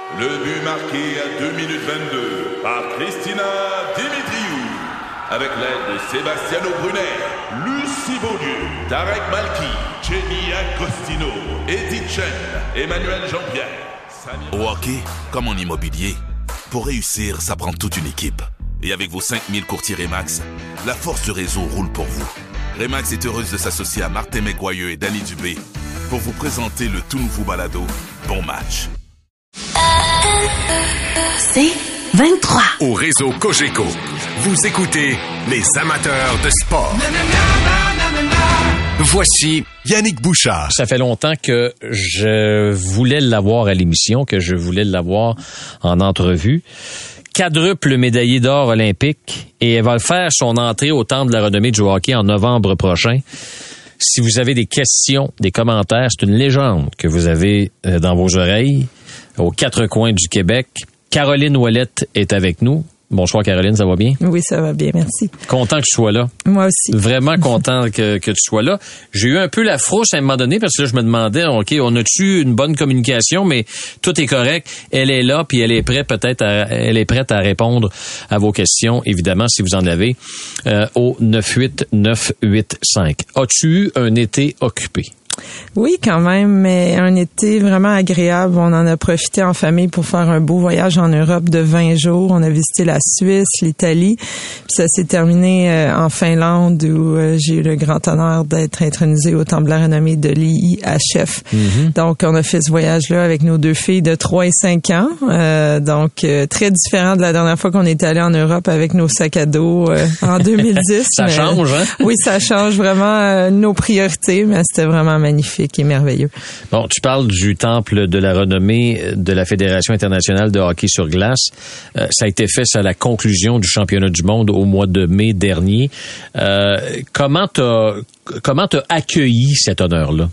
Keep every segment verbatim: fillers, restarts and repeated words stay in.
Le but marqué à deux minutes vingt-deux par Christina Dimitriou. Avec l'aide de Sebastiano Brunet, Lucie Beaulieu, Tarek Malki, Jenny Agostino, Edith Chen, Emmanuel Jean-Pierre. Samir... Au hockey, comme en immobilier, pour réussir, ça prend toute une équipe. Et avec vos cinq mille courtiers Remax, la force du réseau roule pour vous. Remax est heureuse de s'associer à Martin McGuire et Danny Dubé pour vous présenter le tout nouveau balado Bon Match. C'est vingt-trois. Au réseau Cogeco, vous écoutez les amateurs de sport. Voici Yannick Bouchard. Ça fait longtemps que je voulais l'avoir à l'émission, que je voulais l'avoir en entrevue. Quadruple médaillé d'or olympique, et elle va faire son entrée au Temple de la renommée du hockey en novembre prochain. Si vous avez des questions, des commentaires, c'est une légende que vous avez dans vos oreilles, aux quatre coins du Québec. Caroline Ouellette est avec nous. Bonsoir Caroline, ça va bien? Oui, ça va bien, merci. Content que tu sois là. Moi aussi. Vraiment content que, que tu sois là. J'ai eu un peu la frousse à un moment donné parce que là, je me demandais, OK, on a-tu une bonne communication, mais tout est correct. Elle est là, puis elle est prête peut-être à, elle est prête à répondre à vos questions, évidemment, si vous en avez, euh, au neuf huit neuf huit cinq. As-tu eu un été occupé? Oui, quand même, mais un été vraiment agréable. On en a profité en famille pour faire un beau voyage en Europe de vingt jours. On a visité la Suisse, l'Italie, puis ça s'est terminé euh, en Finlande où euh, j'ai eu le grand honneur d'être intronisée au Temple de la renommée de l'I I H F. Mm-hmm. Donc, on a fait ce voyage-là avec nos deux filles de trois et cinq ans. Euh, donc, euh, très différent de la dernière fois qu'on était allé en Europe avec nos sacs à dos euh, en deux mille dix. Ça mais, change, hein? Oui, ça change vraiment euh, nos priorités, mais c'était vraiment magnifique et merveilleux. Bon, tu parles du temple de la renommée de la Fédération internationale de hockey sur glace. Euh, ça a été fait à la conclusion du championnat du monde au mois de mai dernier. Euh, comment t'as comment t'as accueilli cet honneur-là?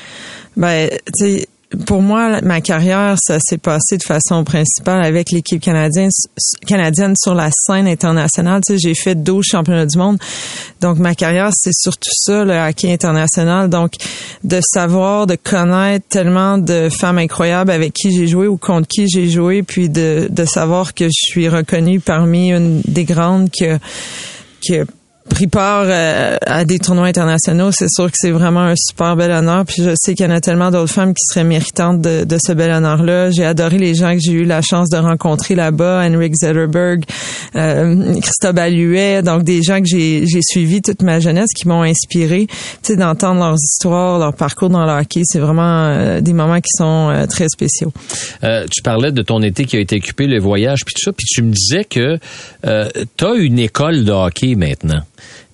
Ben, tu sais, pour moi, ma carrière, ça s'est passé de façon principale avec l'équipe canadienne, canadienne sur la scène internationale. Tu sais, j'ai fait douze championnats du monde. Donc, ma carrière, c'est surtout ça, le hockey international. Donc, de savoir, de connaître tellement de femmes incroyables avec qui j'ai joué ou contre qui j'ai joué, puis de, de savoir que je suis reconnue parmi une des grandes qui a, qui a pris part euh, à des tournois internationaux, c'est sûr que c'est vraiment un super bel honneur. Puis je sais qu'il y en a tellement d'autres femmes qui seraient méritantes de, de ce bel honneur-là. J'ai adoré les gens que j'ai eu la chance de rencontrer là-bas, Henrik Zetterberg, euh, Christophe Alluet, donc des gens que j'ai, j'ai suivis toute ma jeunesse qui m'ont inspiré. Tu sais, d'entendre leurs histoires, leur parcours dans le hockey, c'est vraiment euh, des moments qui sont euh, très spéciaux. Euh, tu parlais de ton été qui a été occupé, le voyage, puis tout ça, puis tu me disais que euh, tu as une école de hockey maintenant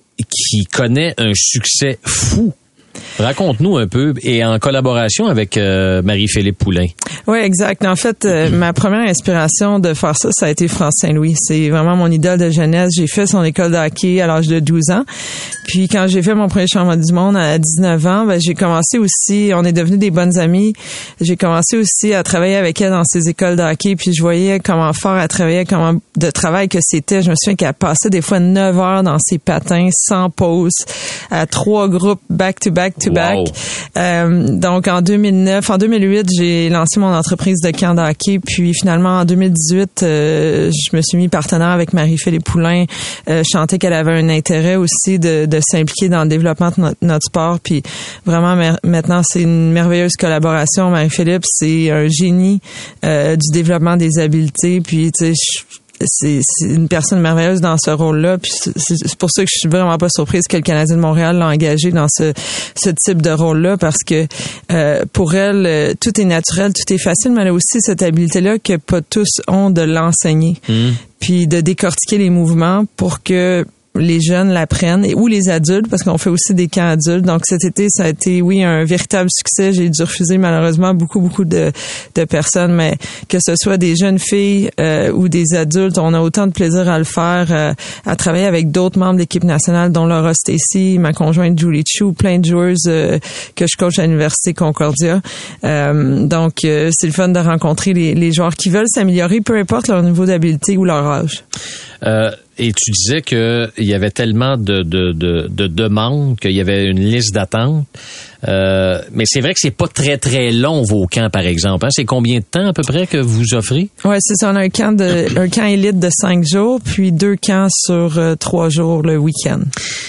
qui connaît un succès fou. Raconte-nous un peu, et en collaboration avec euh, Marie-Philippe Poulain. Oui, exact. En fait, euh, ma première inspiration de faire ça, ça a été France Saint-Louis. C'est vraiment mon idole de jeunesse. J'ai fait son école de hockey à l'âge de douze ans. Puis quand j'ai fait mon premier championnat du monde à dix-neuf ans, ben, j'ai commencé aussi, on est devenus des bonnes amies. J'ai commencé aussi à travailler avec elle dans ses écoles de hockey, puis je voyais comment fort elle travaillait, comment de travail que c'était. Je me souviens qu'elle passait des fois neuf heures dans ses patins, sans pause, à trois groupes back-to-back to back. Wow. Euh, donc en deux mille neuf, en deux mille huit, j'ai lancé mon entreprise de camp de hockey, puis finalement en deux mille dix-huit, euh, je me suis mis partenaire avec Marie-Philippe Poulain. Euh, je sentais qu'elle avait un intérêt aussi de, de s'impliquer dans le développement de notre, notre sport, puis vraiment mer- maintenant c'est une merveilleuse collaboration. Marie-Philippe, c'est un génie euh, du développement des habiletés, puis tu sais, c'est, c'est une personne merveilleuse dans ce rôle-là. Puis c'est, c'est pour ça que je suis vraiment pas surprise que le Canadien de Montréal l'a engagé dans ce, ce type de rôle-là, parce que euh, pour elle, euh, tout est naturel, tout est facile, mais elle a aussi cette habileté-là que pas tous ont de l'enseigner. Mmh. Puis de décortiquer les mouvements pour que les jeunes l'apprennent, et, ou les adultes, parce qu'on fait aussi des camps adultes. Donc cet été, ça a été, oui, un véritable succès. J'ai dû refuser malheureusement beaucoup, beaucoup de, de personnes, mais que ce soit des jeunes filles euh, ou des adultes, on a autant de plaisir à le faire, euh, à travailler avec d'autres membres de l'équipe nationale, dont Laura Stacey, ma conjointe Julie Chu, plein de joueuses euh, que je coach à l'Université Concordia. Euh, donc, euh, c'est le fun de rencontrer les, les joueurs qui veulent s'améliorer, peu importe leur niveau d'habileté ou leur âge. Euh, et tu disais que il y avait tellement de, de, de, de demandes qu'il y avait une liste d'attente. Euh, mais c'est vrai que c'est pas très, très long, vos camps, par exemple. Hein? C'est combien de temps, à peu près, que vous offrez? Ouais, c'est ça. On a un camp de, un camp élite de cinq jours, puis deux camps sur euh, trois jours le week-end.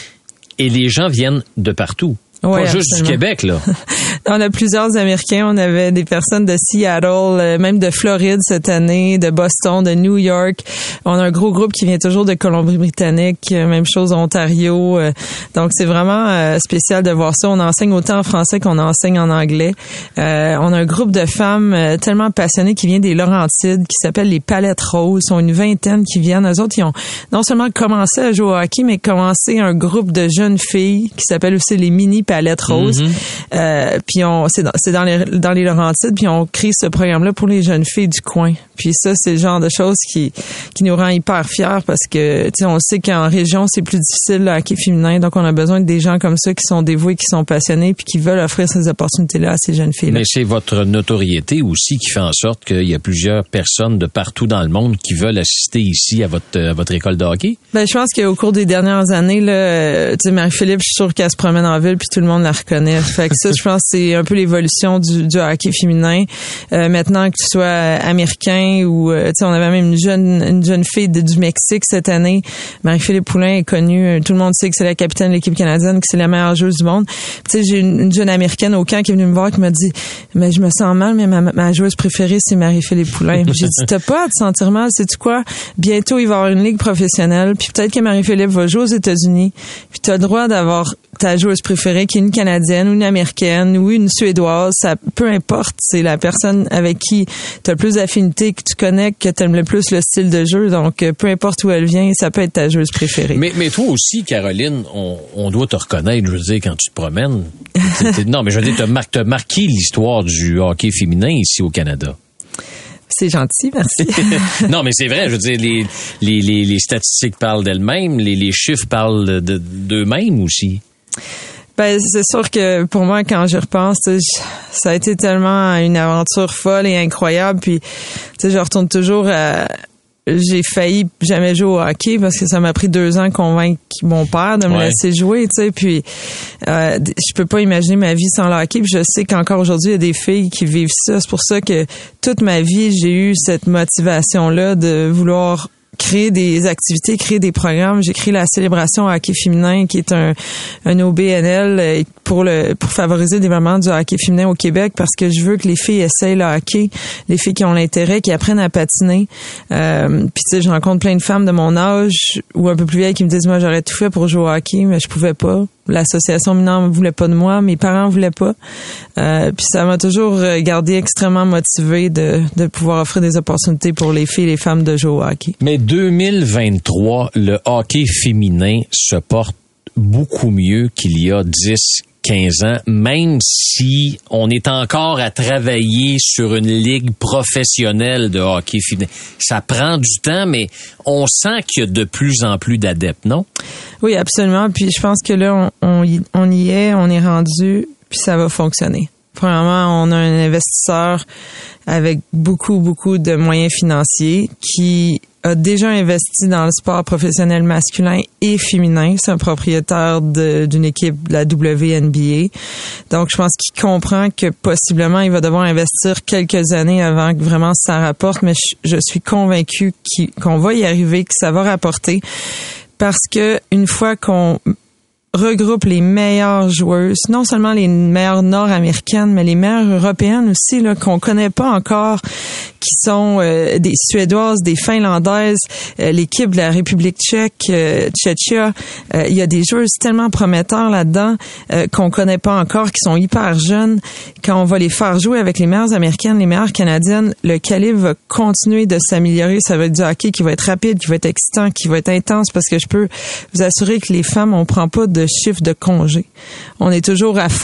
Et les gens viennent de partout. Ouais, pas juste absolument. du Québec, là. On a plusieurs Américains. On avait des personnes de Seattle, même de Floride cette année, de Boston, de New York. On a un gros groupe qui vient toujours de Colombie-Britannique, même chose Ontario. Donc, c'est vraiment spécial de voir ça. On enseigne autant en français qu'on enseigne en anglais. Euh, on a un groupe de femmes tellement passionnées qui vient des Laurentides, qui s'appellent les Palettes Roses. Ils sont une vingtaine qui viennent. Eux autres, ils ont non seulement commencé à jouer au hockey, mais commencé un groupe de jeunes filles qui s'appelle aussi les Mini Palettes Roses. Mm-hmm. Euh, puis on, c'est dans, c'est dans les, dans les Laurentides, puis on crée ce programme-là pour les jeunes filles du coin. Puis ça, c'est le genre de choses qui, qui nous rend hyper fiers parce que, tu sais, on sait qu'en région, c'est plus difficile le hockey féminin. Donc, on a besoin de des gens comme ça qui sont dévoués, qui sont passionnés, puis qui veulent offrir ces opportunités-là à ces jeunes filles-là. Mais c'est votre notoriété aussi qui fait en sorte qu'il y a plusieurs personnes de partout dans le monde qui veulent assister ici à votre, à votre école de hockey. Ben, je pense qu'au cours des dernières années, là, tu sais, Marie-Philippe, je suis sûre qu'elle se promène en ville, puis tout le monde la reconnaît. Fait que ça, je pense que c'est un peu l'évolution du, du hockey féminin. Euh, maintenant, que tu sois américain ou, euh, tu sais, on avait même une jeune, une jeune fille de, du Mexique cette année. Marie-Philippe Poulin est connue. Tout le monde sait que c'est la capitaine de l'équipe canadienne, que c'est la meilleure joueuse du monde. Tu sais, j'ai une, une jeune américaine au camp qui est venue me voir qui m'a dit, mais je me sens mal, mais ma, ma joueuse préférée, c'est Marie-Philippe Poulin. J'ai dit, t'as pas à te sentir mal, sais-tu quoi? Bientôt, il va y avoir une ligue professionnelle, puis peut-être que Marie-Philippe va jouer aux États-Unis, puis t'as le droit d'avoir ta joueuse préférée qui est une Canadienne ou une Américaine ou une Suédoise, ça peu importe, c'est la personne avec qui tu as le plus d'affinité, que tu connais, que tu aimes le plus le style de jeu, donc peu importe où elle vient, ça peut être ta joueuse préférée. Mais, mais toi aussi, Caroline, on, on doit te reconnaître, je veux dire, quand tu te promènes. T'es, t'es, non, mais je veux dire, t'as, mar- t'as marqué l'histoire du hockey féminin ici au Canada. C'est gentil, merci. Non, mais c'est vrai, je veux dire, les, les, les, les statistiques parlent d'elles-mêmes, les, les chiffres parlent de, de, d'eux-mêmes aussi. Ben, c'est sûr que pour moi, quand je repense, ça a été tellement une aventure folle et incroyable. Puis, tu sais, je retourne toujours à... J'ai failli jamais jouer au hockey parce que ça m'a pris deux ans de convaincre mon père de me ouais. laisser jouer, tu sais. Puis, euh, je peux pas imaginer ma vie sans le hockey. Puis, je sais qu'encore aujourd'hui, il y a des filles qui vivent ça. C'est pour ça que toute ma vie, j'ai eu cette motivation-là de vouloir créer des activités, créer des programmes. J'ai créé la célébration hockey féminin qui est un, un O B N L pour le pour favoriser le développement du hockey féminin au Québec parce que je veux que les filles essayent le hockey, les filles qui ont l'intérêt, qui apprennent à patiner. Euh, puis tu sais, je rencontre plein de femmes de mon âge ou un peu plus vieilles qui me disent moi j'aurais tout fait pour jouer au hockey, mais je pouvais pas. L'association mineure ne voulait pas de moi, mes parents voulaient pas. Euh, puis ça m'a toujours gardé extrêmement motivée de, de pouvoir offrir des opportunités pour les filles et les femmes de jouer au hockey. Mais deux mille vingt-trois, le hockey féminin se porte beaucoup mieux qu'il y a dix, quinze ans, même si on est encore à travailler sur une ligue professionnelle de hockey féminin. Ça prend du temps, mais on sent qu'il y a de plus en plus d'adeptes, non? Oui, absolument. Puis je pense que là, on, on, y, on y est, on est rendu, puis ça va fonctionner. Premièrement, on a un investisseur avec beaucoup, beaucoup de moyens financiers qui a déjà investi dans le sport professionnel masculin et féminin. C'est un propriétaire de, d'une équipe de la W N B A. Donc, je pense qu'il comprend que possiblement, il va devoir investir quelques années avant que vraiment ça rapporte, mais je, je suis convaincue qu'on va y arriver, que ça va rapporter. Parce que une fois qu'on regroupe les meilleures joueuses, non seulement les meilleures nord-américaines, mais les meilleures européennes aussi, là, qu'on connaît pas encore, qui sont euh, des Suédoises, des Finlandaises, euh, l'équipe de la République tchèque, euh, Tchétchia. Euh, il y a des joueuses tellement prometteurs là-dedans euh, qu'on connaît pas encore, qui sont hyper jeunes. Quand on va les faire jouer avec les meilleures américaines, les meilleures canadiennes, le calibre va continuer de s'améliorer. Ça va être du hockey qui va être rapide, qui va être excitant, qui va être intense, parce que je peux vous assurer que les femmes, on prend pas de chiffre de congé. On est toujours à fond.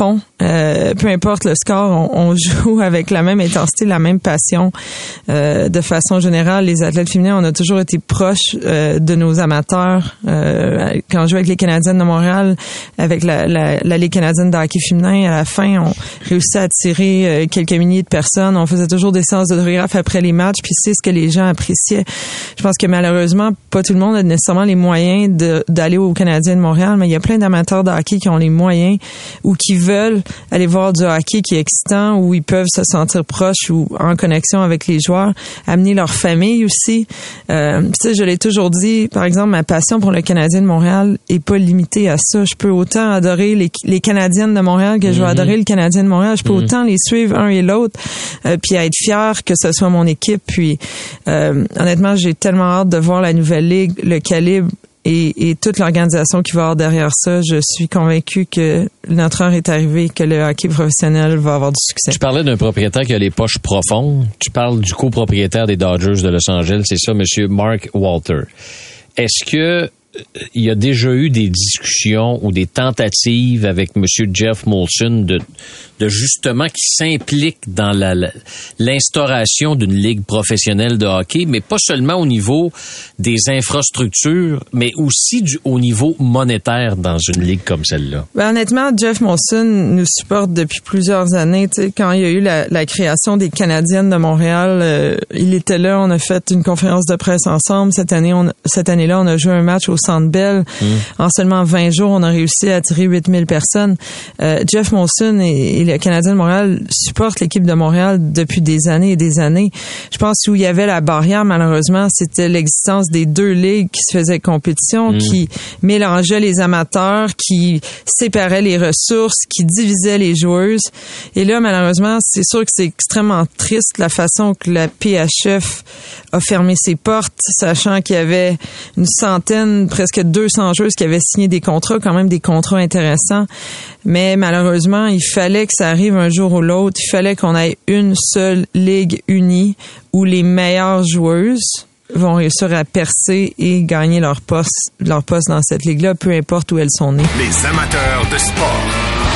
Euh, peu importe le score, on, on joue avec la même intensité, la même passion. Euh, de façon générale, les athlètes féminins, on a toujours été proches euh, de nos amateurs. Euh, quand je jouais avec les Canadiennes de Montréal, avec la, la, la Ligue canadienne de hockey féminin, à la fin, on réussissait à attirer euh, quelques milliers de personnes. On faisait toujours des séances d'autographes après les matchs, puis c'est ce que les gens appréciaient. Je pense que malheureusement, pas tout le monde a nécessairement les moyens de, d'aller au Canadien de Montréal, mais il y a plein d'amateurs de hockey qui ont les moyens ou qui veulent aller voir du hockey qui est excitant, où ils peuvent se sentir proches ou en connexion avec les joueurs, amener leur famille aussi. Euh, tu sais, je l'ai toujours dit, par exemple, ma passion pour le Canadien de Montréal est pas limitée à ça. Je peux autant adorer les, les Canadiennes de Montréal que je vais mm-hmm. adorer le Canadien de Montréal. Je peux mm-hmm. autant les suivre un et l'autre, euh, puis être fier que ce soit mon équipe. Puis euh, honnêtement, j'ai tellement hâte de voir la nouvelle ligue, le calibre et, et toute l'organisation qui va avoir derrière ça. Je suis convaincu que notre heure est arrivée, que le hockey professionnel va avoir du succès. Tu parlais d'un propriétaire qui a les poches profondes. Tu parles du copropriétaire des Dodgers de Los Angeles, c'est ça, Monsieur Mark Walter. Est-ce que il y a déjà eu des discussions ou des tentatives avec Monsieur Jeff Molson de, de justement qui s'implique dans la, la, l'instauration d'une ligue professionnelle de hockey, mais pas seulement au niveau des infrastructures, mais aussi du, au niveau monétaire dans une ligue comme celle-là? Ben, honnêtement, Jeff Molson nous supporte depuis plusieurs années. Tu sais, quand il y a eu la, la création des Canadiennes de Montréal, euh, il était là. On a fait une conférence de presse ensemble. Cette année, on, cette année-là, on a joué un match au Centre Bell. Mmh. En seulement vingt jours, on a réussi à attirer huit mille personnes. Euh, Jeff Molson et, et le Canadien de Montréal supportent l'équipe de Montréal depuis des années et des années. Je pense où il y avait la barrière, malheureusement, c'était l'existence des deux ligues qui se faisaient compétition, mmh. qui mélangeaient les amateurs, qui séparaient les ressources, qui divisaient les joueuses. Et là, malheureusement, c'est sûr que c'est extrêmement triste la façon que la P H F a fermé ses portes, sachant qu'il y avait une centaine, presque deux cents joueuses qui avaient signé des contrats, quand même des contrats intéressants. Mais malheureusement, il fallait que ça arrive un jour ou l'autre. Il fallait qu'on ait une seule ligue unie où les meilleures joueuses vont réussir à percer et gagner leur poste, leur poste dans cette ligue-là, peu importe où elles sont nées. Les amateurs de sport.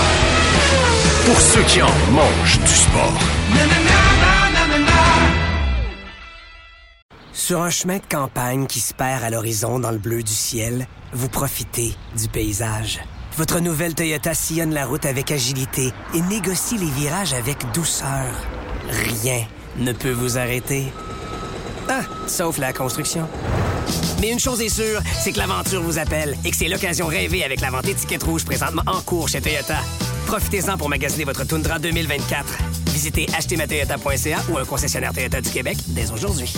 Pour ceux qui en mangent du sport. Sur un chemin de campagne qui se perd à l'horizon dans le bleu du ciel, vous profitez du paysage. Votre nouvelle Toyota sillonne la route avec agilité et négocie les virages avec douceur. Rien ne peut vous arrêter. Ah, sauf la construction. Mais une chose est sûre, c'est que l'aventure vous appelle et que c'est l'occasion rêvée avec la vente étiquette rouge présentement en cours chez Toyota. Profitez-en pour magasiner votre Tundra deux mille vingt-quatre. Visitez acheter ma toyota point c a ou un concessionnaire Toyota du Québec dès aujourd'hui.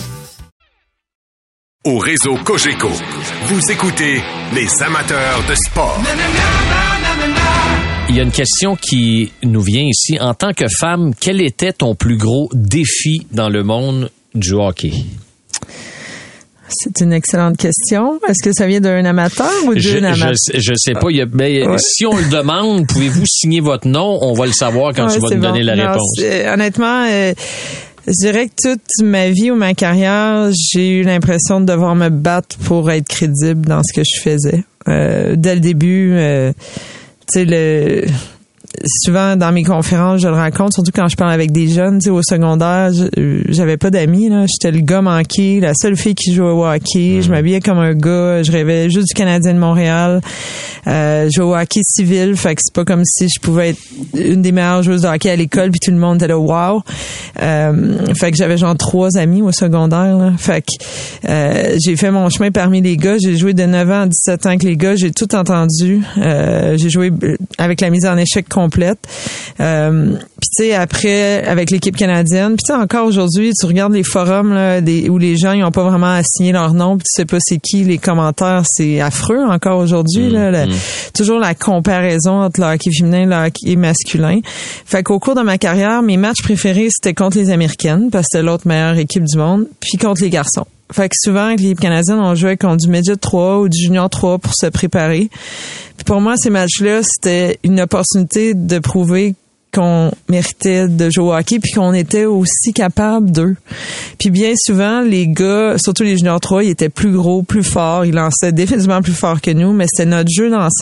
Au réseau Cogeco, vous écoutez les amateurs de sport. Il y a une question qui nous vient ici. En tant que femme, quel était ton plus gros défi dans le monde du hockey? C'est une excellente question. Est-ce que ça vient d'un amateur ou d'un amateur? Je, je sais pas. Il y a, ben, ouais. Si on le demande, pouvez-vous signer votre nom? On va le savoir quand ouais, tu vas nous bon. donner la non, réponse. Honnêtement... Euh, Je dirais que toute ma vie ou ma carrière, j'ai eu l'impression de devoir me battre pour être crédible dans ce que je faisais. Euh, dès le début, euh, tu sais, le... souvent dans mes conférences, je le raconte, surtout quand je parle avec des jeunes, tu sais, au secondaire, j'avais pas d'amis, là. J'étais le gars manqué, la seule fille qui jouait au hockey. Mmh. Je m'habillais comme un gars, je rêvais juste du Canadien de Montréal. Euh, je jouais au hockey civil, fait que c'est pas comme si je pouvais être une des meilleures joueuses de hockey à l'école puis tout le monde était là, wow. Euh, fait que j'avais genre trois amis au secondaire, là. Fait que, euh, j'ai fait mon chemin parmi les gars. J'ai joué de neuf ans à dix-sept ans avec les gars. J'ai tout entendu. Euh, j'ai joué avec la mise en échec complète. Euh, puis tu sais, après, avec l'équipe canadienne, puis tu sais, encore aujourd'hui, tu regardes les forums là, des, où les gens ils ont pas vraiment assigné leur nom, puis tu sais pas c'est qui, les commentaires, c'est affreux encore aujourd'hui. Mmh, là, la, mmh. Toujours la comparaison entre le hockey féminin et le hockey masculin. Fait qu'au cours de ma carrière, mes matchs préférés, c'était contre les Américaines, parce que c'était l'autre meilleure équipe du monde, puis contre les garçons. Fait que souvent, avec l'équipe canadienne, on jouait contre du Midget trois ou du Junior trois pour se préparer. Puis pour moi, ces matchs-là, c'était une opportunité de prouver qu'on méritait de jouer au hockey puis qu'on était aussi capable d'eux. Puis bien souvent, les gars, surtout les Junior trois, ils étaient plus gros, plus forts, ils lançaient définitivement plus fort que nous, mais c'était notre jeu d'ensemble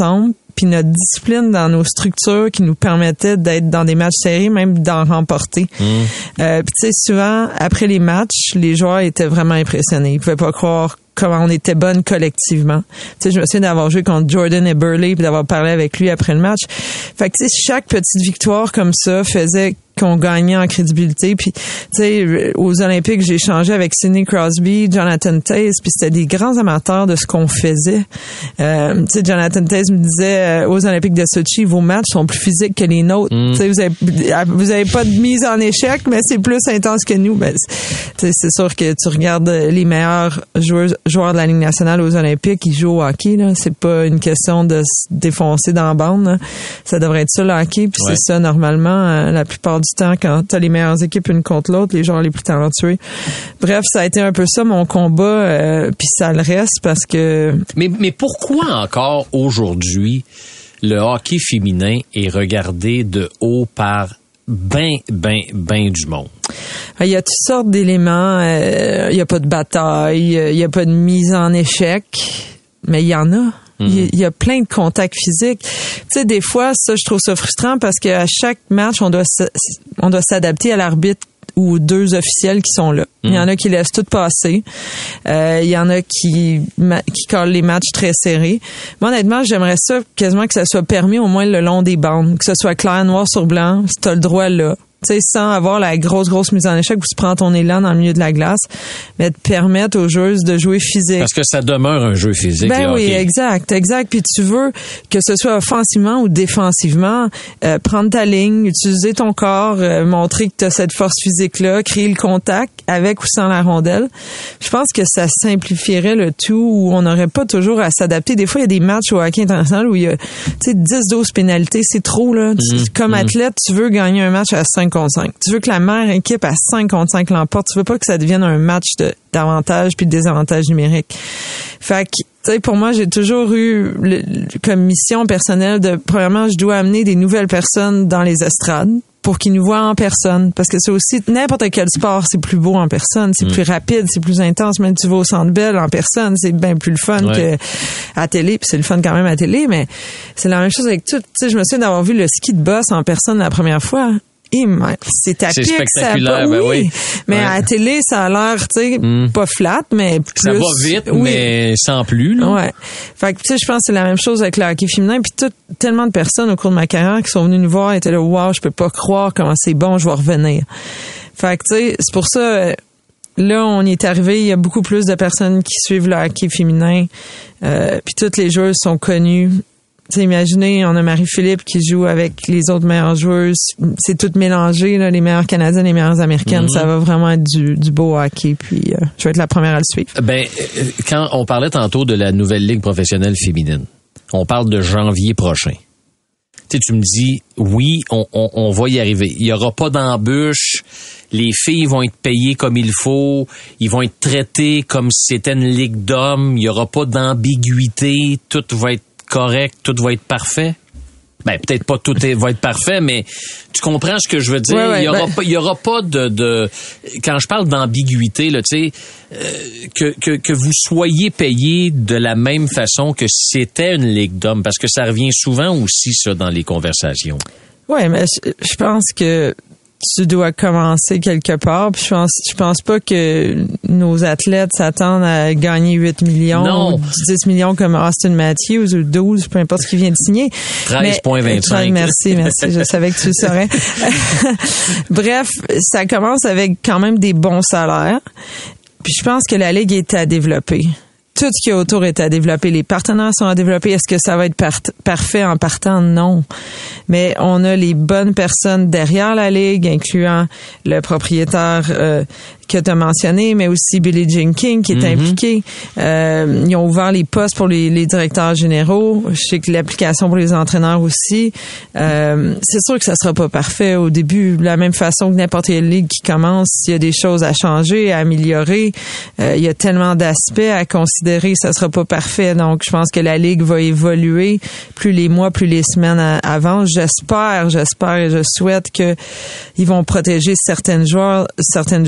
puis notre discipline dans nos structures qui nous permettait d'être dans des matchs serrés, même d'en remporter. Mmh. Euh, puis tu sais, souvent, après les matchs, les joueurs étaient vraiment impressionnés. Ils pouvaient pas croire comment on était bonne collectivement. Tu sais, je me souviens d'avoir joué contre Jordan et Burley puis d'avoir parlé avec lui après le match. Fait que tu sais, chaque petite victoire comme ça faisait qu'on gagnait en crédibilité. Puis, tu sais, aux Olympiques, j'ai échangé avec Sidney Crosby, Jonathan Toews, puis c'était des grands amateurs de ce qu'on faisait. Euh, tu sais, Jonathan Toews me disait, euh, aux Olympiques de Sochi, vos matchs sont plus physiques que les nôtres. Mm. Tu sais, vous avez, vous avez pas de mise en échec, mais c'est plus intense que nous. Ben, tu sais, c'est sûr que tu regardes les meilleurs joueurs, joueurs de la Ligue nationale aux Olympiques, ils jouent au hockey, là. C'est pas une question de se défoncer dans la bande, là. Ça devrait être ça, le hockey, puis ouais. C'est ça, normalement, euh, la plupart du temps, quand t'as les meilleures équipes une contre l'autre, les joueurs les plus talentueux. Bref, ça a été un peu ça mon combat, euh, puis ça le reste parce que... Mais, mais pourquoi encore aujourd'hui le hockey féminin est regardé de haut par ben, ben, ben du monde? Il y a toutes sortes d'éléments. Euh, il y a pas de bataille, il y a pas de mise en échec, mais il y en a. Il y a plein de contacts physiques. Tu sais, des fois, ça, je trouve ça frustrant parce qu'à chaque match, on doit on doit s'adapter à l'arbitre ou aux deux officiels qui sont là. Il y en a qui laissent tout passer. Euh, il y en a qui qui collent les matchs très serrés. Moi, honnêtement, j'aimerais ça quasiment que ça soit permis au moins le long des bandes, que ce soit clair, noir sur blanc, si t'as le droit là. Tu sais, sans avoir la grosse, grosse mise en échec où tu prends ton élan dans le milieu de la glace, mais de permettre aux joueuses de jouer physique. Parce que ça demeure un jeu physique. Ben oui, hockey. exact, exact. Puis tu veux que ce soit offensivement ou défensivement, euh, prendre ta ligne, utiliser ton corps, euh, montrer que tu as cette force physique-là, créer le contact avec ou sans la rondelle. Je pense que ça simplifierait le tout où on n'aurait pas toujours à s'adapter. Des fois, il y a des matchs au hockey international où il y a, tu sais, dix douze pénalités, c'est trop, là. Mmh, Comme mmh. athlète, tu veux gagner un match à cinq contre cinq. Tu veux que la meilleure équipe à cinq contre cinq l'emporte. Tu veux pas que ça devienne un match de, d'avantage puis de désavantage numérique. Fait que, tu sais, pour moi, j'ai toujours eu le, comme mission personnelle de, premièrement, je dois amener des nouvelles personnes dans les estrades pour qu'ils nous voient en personne. Parce que c'est aussi, n'importe quel sport, c'est plus beau en personne, c'est mmh. plus rapide, c'est plus intense. Même si tu vas au Centre Bell en personne, c'est bien plus le fun ouais. que à télé. Puis c'est le fun quand même à télé, mais c'est la même chose avec tout. Tu sais, je me souviens d'avoir vu le ski de boss en personne la première fois. Et c'est à c'est pied spectaculaire, ça ben oui. oui. Mais ouais. à la télé, ça a l'air, tu sais, mm. pas flat, mais plus... Ça va vite, oui. mais sans plus, là. Ouais. Fait que, tu sais, je pense que c'est la même chose avec le hockey féminin. Puis tout, tellement de personnes au cours de ma carrière qui sont venues nous voir et étaient là, wow, je peux pas croire comment c'est bon, je vais revenir. Fait que, tu sais, c'est pour ça... Là, on y est arrivé, il y a beaucoup plus de personnes qui suivent le hockey féminin. Euh, puis toutes les joueuses sont connues. T'sais, imaginez, on a Marie-Philippe qui joue avec les autres meilleures joueuses. C'est tout mélangé, là, les meilleures Canadiennes, les meilleures Américaines. Mm-hmm. Ça va vraiment être du, du beau hockey. Puis, euh, je vais être la première à le suivre. Ben, quand on parlait tantôt de la nouvelle Ligue professionnelle féminine, on parle de janvier prochain. Tu sais, tu me dis, oui, on, on, on va y arriver. Il y aura pas d'embûche. Les filles vont être payées comme il faut. Ils vont être traités comme si c'était une ligue d'hommes. Il y aura pas d'ambiguïté. Tout va être correct, tout va être parfait. Ben, peut-être pas tout est, va être parfait, mais tu comprends ce que je veux dire? Ouais, ouais, il y aura ben... pas, il y aura pas de, de, quand je parle d'ambiguïté, là, tu sais, euh, que, que, que vous soyez payé de la même façon que si c'était une ligue d'hommes, parce que ça revient souvent aussi, ça, dans les conversations. Ouais, mais je, je pense que tu dois commencer quelque part. Puis je pense, je pense pas que nos athlètes s'attendent à gagner huit millions non. ou dix millions comme Austin Matthews ou douze, peu importe ce qu'il vient de signer. treize virgule vingt-cinq. Merci, merci. Je savais que tu le saurais. Bref, ça commence avec quand même des bons salaires. Puis je pense que la Ligue est à développer. Tout ce qui est autour est à développer. Les partenaires sont à développer. Est-ce que ça va être par- parfait en partant? Non. Mais on a les bonnes personnes derrière la Ligue, incluant le propriétaire euh, que tu as mentionné, mais aussi Billie Jean King qui est mm-hmm. impliqué. Euh, ils ont ouvert les postes pour les, les directeurs généraux. Je sais que l'application pour les entraîneurs aussi. Euh, c'est sûr que ça sera pas parfait au début. De la même façon que n'importe quelle ligue qui commence, il y a des choses à changer, à améliorer. Euh, il y a tellement d'aspects à considérer. Ça sera pas parfait. Donc, je pense que la ligue va évoluer plus les mois, plus les semaines avancent. J'espère, j'espère et je souhaite que ils vont protéger certaines joueurs, certaines joueuses dans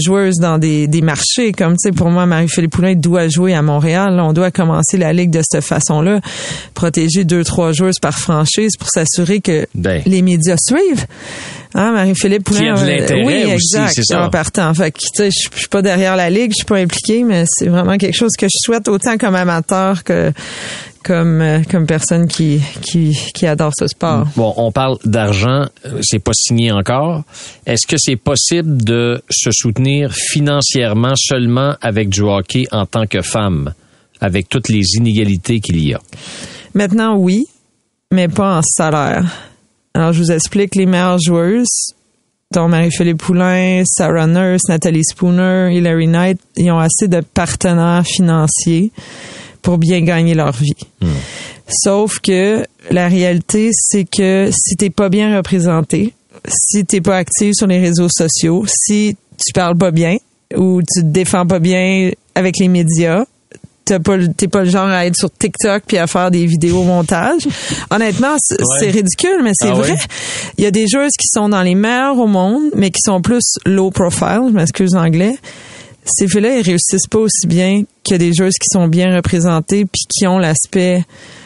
dans des, des marchés. Comme, tu sais, pour moi, Marie-Philippe Poulin doit jouer à Montréal. On doit commencer la Ligue de cette façon-là. Protéger deux, trois joueuses par franchise pour s'assurer que ben. les médias suivent. Hein, Marie-Philippe Poulin. Qui a de l'intérêt oui, aussi, exact, c'est ça. En partant. Fait que, tu sais, je suis pas derrière la Ligue, je suis pas impliquée, mais c'est vraiment quelque chose que je souhaite autant comme amateur que comme euh, comme personne qui qui qui adore ce sport. Bon, on parle d'argent, c'est pas signé encore. Est-ce que c'est possible de se soutenir financièrement seulement avec du hockey en tant que femme, avec toutes les inégalités qu'il y a? Maintenant, oui, mais pas en salaire. Alors, je vous explique, les meilleures joueuses, dont Marie-Philippe Poulin, Sarah Nurse, Nathalie Spooner, Hilary Knight, ils ont assez de partenaires financiers pour bien gagner leur vie. Mmh. Sauf que la réalité, c'est que si t'es pas bien représenté, si t'es pas actif sur les réseaux sociaux, si tu parles pas bien ou tu te défends pas bien avec les médias, t'es pas, t'es pas le genre à être sur TikTok puis à faire des vidéos montage. Honnêtement, c'est, ouais. c'est ridicule, mais c'est ah vrai. Ouais? Il y a des joueuses qui sont dans les meilleures au monde, mais qui sont plus low profile, je m'excuse l'anglais. Ces filles-là, ils réussissent pas aussi bien que des joueuses qui sont bien représentées puis qui ont l'aspect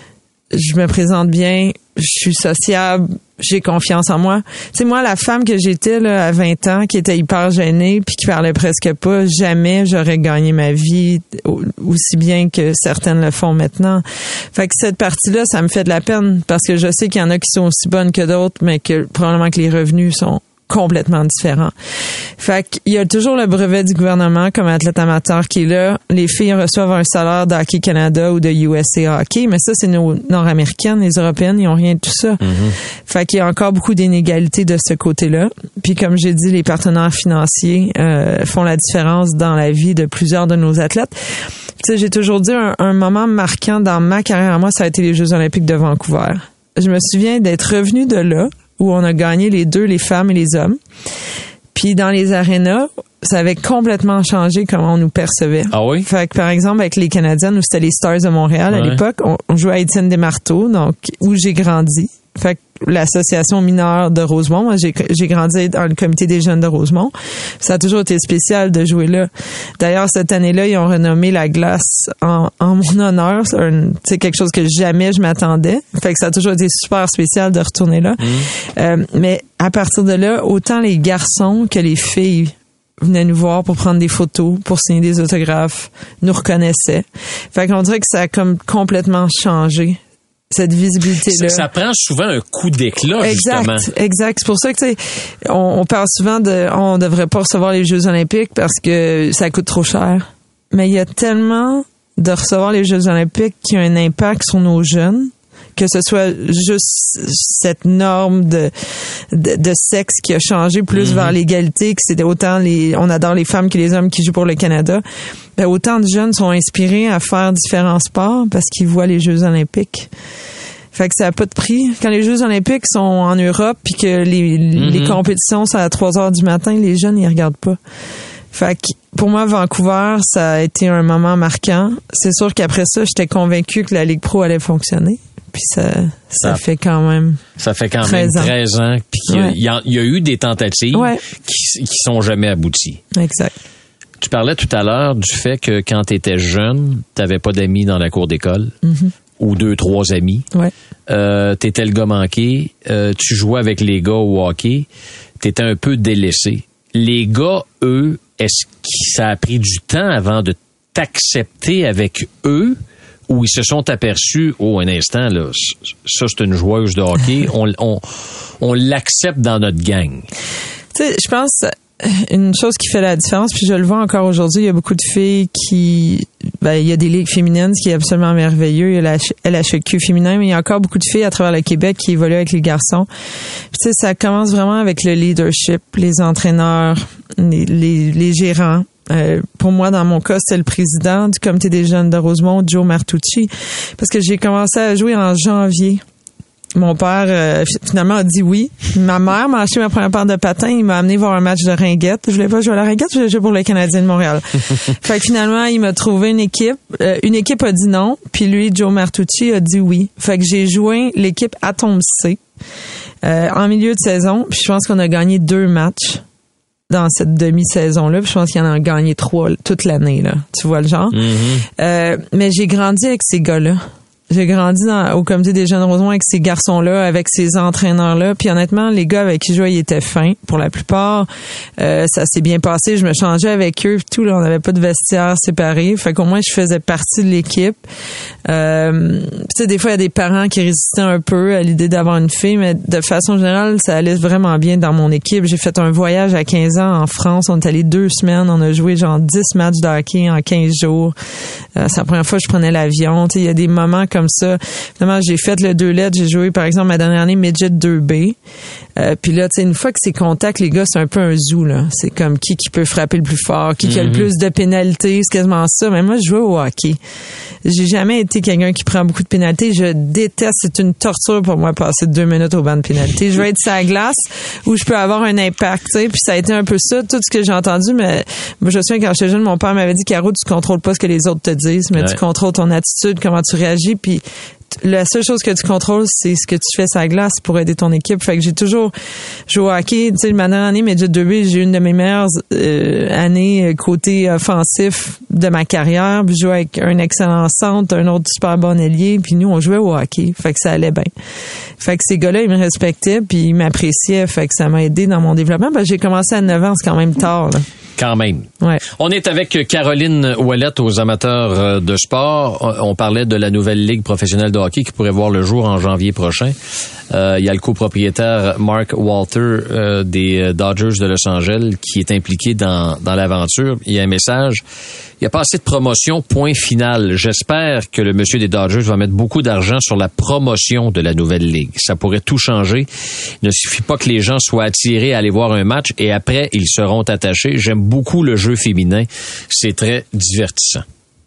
je me présente bien, je suis sociable, j'ai confiance en moi. Tu sais, moi, la femme que j'étais là à vingt ans, qui était hyper gênée puis qui parlait presque pas, jamais j'aurais gagné ma vie aussi bien que certaines le font maintenant. Fait que cette partie-là, ça me fait de la peine parce que je sais qu'il y en a qui sont aussi bonnes que d'autres, mais que probablement que les revenus sont complètement différent. Fait qu'il y a toujours le brevet du gouvernement comme athlète amateur qui est là. Les filles reçoivent un salaire d'Hockey Canada ou de U S A Hockey, mais ça, c'est nos nord-américaines. Les européennes, ils ont rien de tout ça. Mm-hmm. Fait qu'il y a encore beaucoup d'inégalités de ce côté-là. Puis comme j'ai dit, les partenaires financiers euh, font la différence dans la vie de plusieurs de nos athlètes. Tu sais, j'ai toujours dit un, un moment marquant dans ma carrière à moi, ça a été les Jeux olympiques de Vancouver. Je me souviens d'être revenue de là, où on a gagné les deux, les femmes et les hommes. Puis dans les arénas, ça avait complètement changé comment on nous percevait. Ah oui? Fait que par exemple, avec les Canadiennes, où c'était les Stars de Montréal ouais. à l'époque, on, on jouait à Étienne Desmarteaux, donc où j'ai grandi. Fait que l'association mineure de Rosemont, moi j'ai j'ai grandi dans le comité des jeunes de Rosemont. Ça a toujours été spécial de jouer là. D'ailleurs cette année-là, ils ont renommé la glace en, en mon honneur. C'est quelque chose que jamais je m'attendais. Fait que ça a toujours été super spécial de retourner là. Mmh. Euh, mais à partir de là, autant les garçons que les filles venaient nous voir pour prendre des photos, pour signer des autographes, nous reconnaissaient. Fait qu'on dirait que ça a comme complètement changé. Cette visibilité-là. Ça, ça prend souvent un coup d'éclat, exact, justement. Exact. C'est pour ça que, tu sais, on, on parle souvent de, on devrait pas recevoir les Jeux olympiques parce que ça coûte trop cher. Mais il y a tellement de recevoir les Jeux olympiques qui ont un impact sur nos jeunes, que ce soit juste cette norme de, de, de sexe qui a changé plus mm-hmm. vers l'égalité, que c'était autant les, on adore les femmes que les hommes qui jouent pour le Canada. Ben, autant de jeunes sont inspirés à faire différents sports parce qu'ils voient les Jeux olympiques. Fait que ça n'a pas de prix. Quand les Jeux olympiques sont en Europe puis que les, mm-hmm. les compétitions sont à trois heures du matin, les jeunes, ils regardent pas. Fait que pour moi, Vancouver, ça a été un moment marquant. C'est sûr qu'après ça, j'étais convaincue que la Ligue Pro allait fonctionner. Puis ça, ça, ça fait quand même Ça fait quand même treize ans. Puis il ouais. y, y, y a eu des tentatives ouais. qui, qui sont jamais abouties. Exact. Tu parlais tout à l'heure du fait que quand tu étais jeune, tu n'avais pas d'amis dans la cour d'école. Mm-hmm. Ou deux, trois amis. Ouais. Euh, tu étais le gars manqué. Euh, tu jouais avec les gars au hockey. Tu étais un peu délaissé. Les gars, eux, est-ce que ça a pris du temps avant de t'accepter avec eux? Où ils se sont aperçus, oh, un instant, là, ça, c'est une joueuse de hockey, on, on, on l'accepte dans notre gang. Tu sais, je pense, une chose qui fait la différence, puis je le vois encore aujourd'hui, il y a beaucoup de filles qui, ben, il y a des ligues féminines, ce qui est absolument merveilleux, il y a la L H E Q féminin, mais il y a encore beaucoup de filles à travers le Québec qui évoluent avec les garçons. Puis, tu sais, ça commence vraiment avec le leadership, les entraîneurs, les, les, les gérants. Euh, pour moi, dans mon cas, c'est le président du comité des jeunes de Rosemont, Joe Martucci, parce que j'ai commencé à jouer en janvier. Mon père, euh, finalement, a dit oui. Ma mère m'a acheté ma première paire de patins. Il m'a amené voir un match de ringuette. Je voulais pas jouer à la ringuette, je voulais jouer pour le Canadien de Montréal. Fait que finalement, il m'a trouvé une équipe. Euh, une équipe a dit non, puis lui, Joe Martucci, a dit oui. Fait que j'ai joué l'équipe Atom C euh, en milieu de saison. Puis je pense qu'on a gagné deux matchs. dans cette demi-saison-là. Puis je pense qu'il en a gagné trois toute l'année, là. Tu vois le genre? Mm-hmm. Euh, mais j'ai grandi avec ces gars-là. J'ai grandi dans, au comité des jeunes Rosemont avec ces garçons-là, avec ces entraîneurs-là. Puis honnêtement, les gars avec qui je jouais, ils étaient fins. Pour la plupart, euh, ça s'est bien passé. Je me changeais avec eux. Puis tout, là, on n'avait pas de vestiaire séparé. Fait qu'au moins, je faisais partie de l'équipe. Euh, tu sais, des fois, il y a des parents qui résistaient un peu à l'idée d'avoir une fille, mais de façon générale, ça allait vraiment bien dans mon équipe. J'ai fait un voyage à quinze ans en France. On est allé deux semaines. On a joué genre dix matchs de hockey en quinze jours. Euh, c'est la première fois que je prenais l'avion. Tu sais, il y a des moments comme ça. Finalement, j'ai fait le deux lettres. J'ai joué, par exemple, ma dernière année, Midget deux B. Euh, puis là, tu sais, une fois que c'est contact, les gars, c'est un peu un zoo, là. C'est comme qui qui peut frapper le plus fort, qui, mm-hmm. qui a le plus de pénalités. C'est quasiment ça. Mais moi, je jouais au hockey. J'ai jamais été quelqu'un qui prend beaucoup de pénalités. Je déteste. C'est une torture pour moi passer deux minutes au banc de pénalité. Je veux être sur la glace où je peux avoir un impact, tu sais. Puis ça a été un peu ça, tout ce que j'ai entendu. Mais moi, je me souviens, quand j'étais jeune, mon père m'avait dit, Caro, tu contrôles pas ce que les autres te disent, mais ouais. tu contrôles ton attitude, comment tu réagis. Puis la seule chose que tu contrôles, c'est ce que tu fais sur la glace pour aider ton équipe. Fait que j'ai toujours joué au hockey. Tu sais, ma dernière année, Midget deux B, j'ai eu une de mes meilleures euh, années côté offensif de ma carrière. Puis je jouais avec un excellent centre, un autre super bon ailier. Puis nous, on jouait au hockey. Fait que ça allait bien. Fait que ces gars-là, ils me respectaient puis ils m'appréciaient. Fait que ça m'a aidé dans mon développement. Ben, j'ai commencé à neuf ans, c'est quand même tard, là. Quand même. Ouais. On est avec Caroline Ouellette aux amateurs de sport. On parlait de la nouvelle ligue professionnelle de hockey qui pourrait voir le jour en janvier prochain. Euh, il y a le copropriétaire Mark Walter euh, des Dodgers de Los Angeles qui est impliqué dans, dans l'aventure. Il y a un message. Il n'y a pas assez de promotion, point final. J'espère que le monsieur des Dodgers va mettre beaucoup d'argent sur la promotion de la nouvelle ligue. Ça pourrait tout changer. Il ne suffit pas que les gens soient attirés à aller voir un match et après, ils seront attachés. J'aime beaucoup le jeu féminin. C'est très divertissant.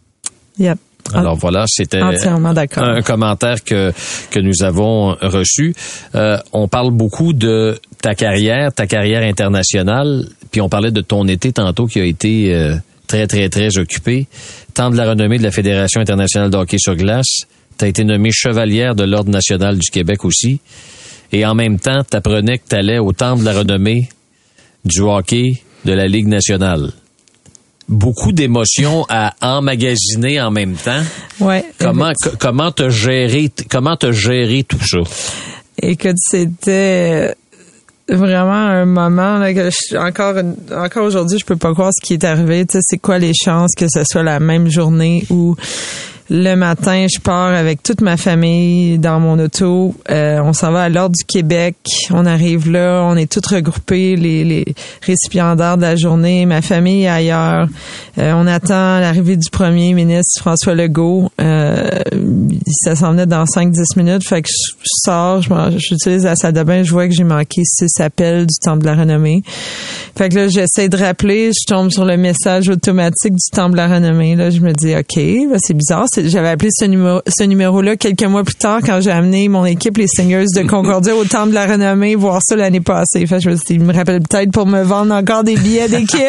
Yep. Alors voilà, c'était entièrement d'accord. Un commentaire que que nous avons reçu. Euh, on parle beaucoup de ta carrière, ta carrière internationale, puis on parlait de ton été tantôt qui a été euh, très, très, très occupé. Temps de la renommée de la Fédération internationale de hockey sur glace. Tu as été nommée chevalière de l'Ordre national du Québec aussi. Et en même temps, tu apprenais que tu allais au Temple de la renommée du hockey de la Ligue nationale. Beaucoup d'émotions à emmagasiner en même temps. Ouais. Comment c- comment t'as géré comment t'as géré tout ça? Écoute, c'était vraiment un moment là, que je, encore encore aujourd'hui, je peux pas croire ce qui est arrivé. Tu sais, c'est quoi les chances que ce soit la même journée où le matin, je pars avec toute ma famille dans mon auto. Euh, on s'en va à l'Ordre du Québec. On arrive là, on est tous regroupés, les, les récipiendaires de la journée. Ma famille est ailleurs. Euh, on attend l'arrivée du premier ministre François Legault. Euh, ça s'en venait dans cinq dix minutes. Fait que je, je sors, je j'utilise la salle de bain, je vois que j'ai manqué six appels du Temple de la renommée. Fait que là, j'essaie de rappeler, je tombe sur le message automatique du Temple de la renommée. Là, je me dis, OK, là, c'est bizarre. J'avais appelé ce numéro, ce numéro-là quelques mois plus tard quand j'ai amené mon équipe, les Singers de Concordia, au Temple de la renommée, voir ça l'année passée. Fait que je me suis dit, il me rappelle peut-être pour me vendre encore des billets d'équipe.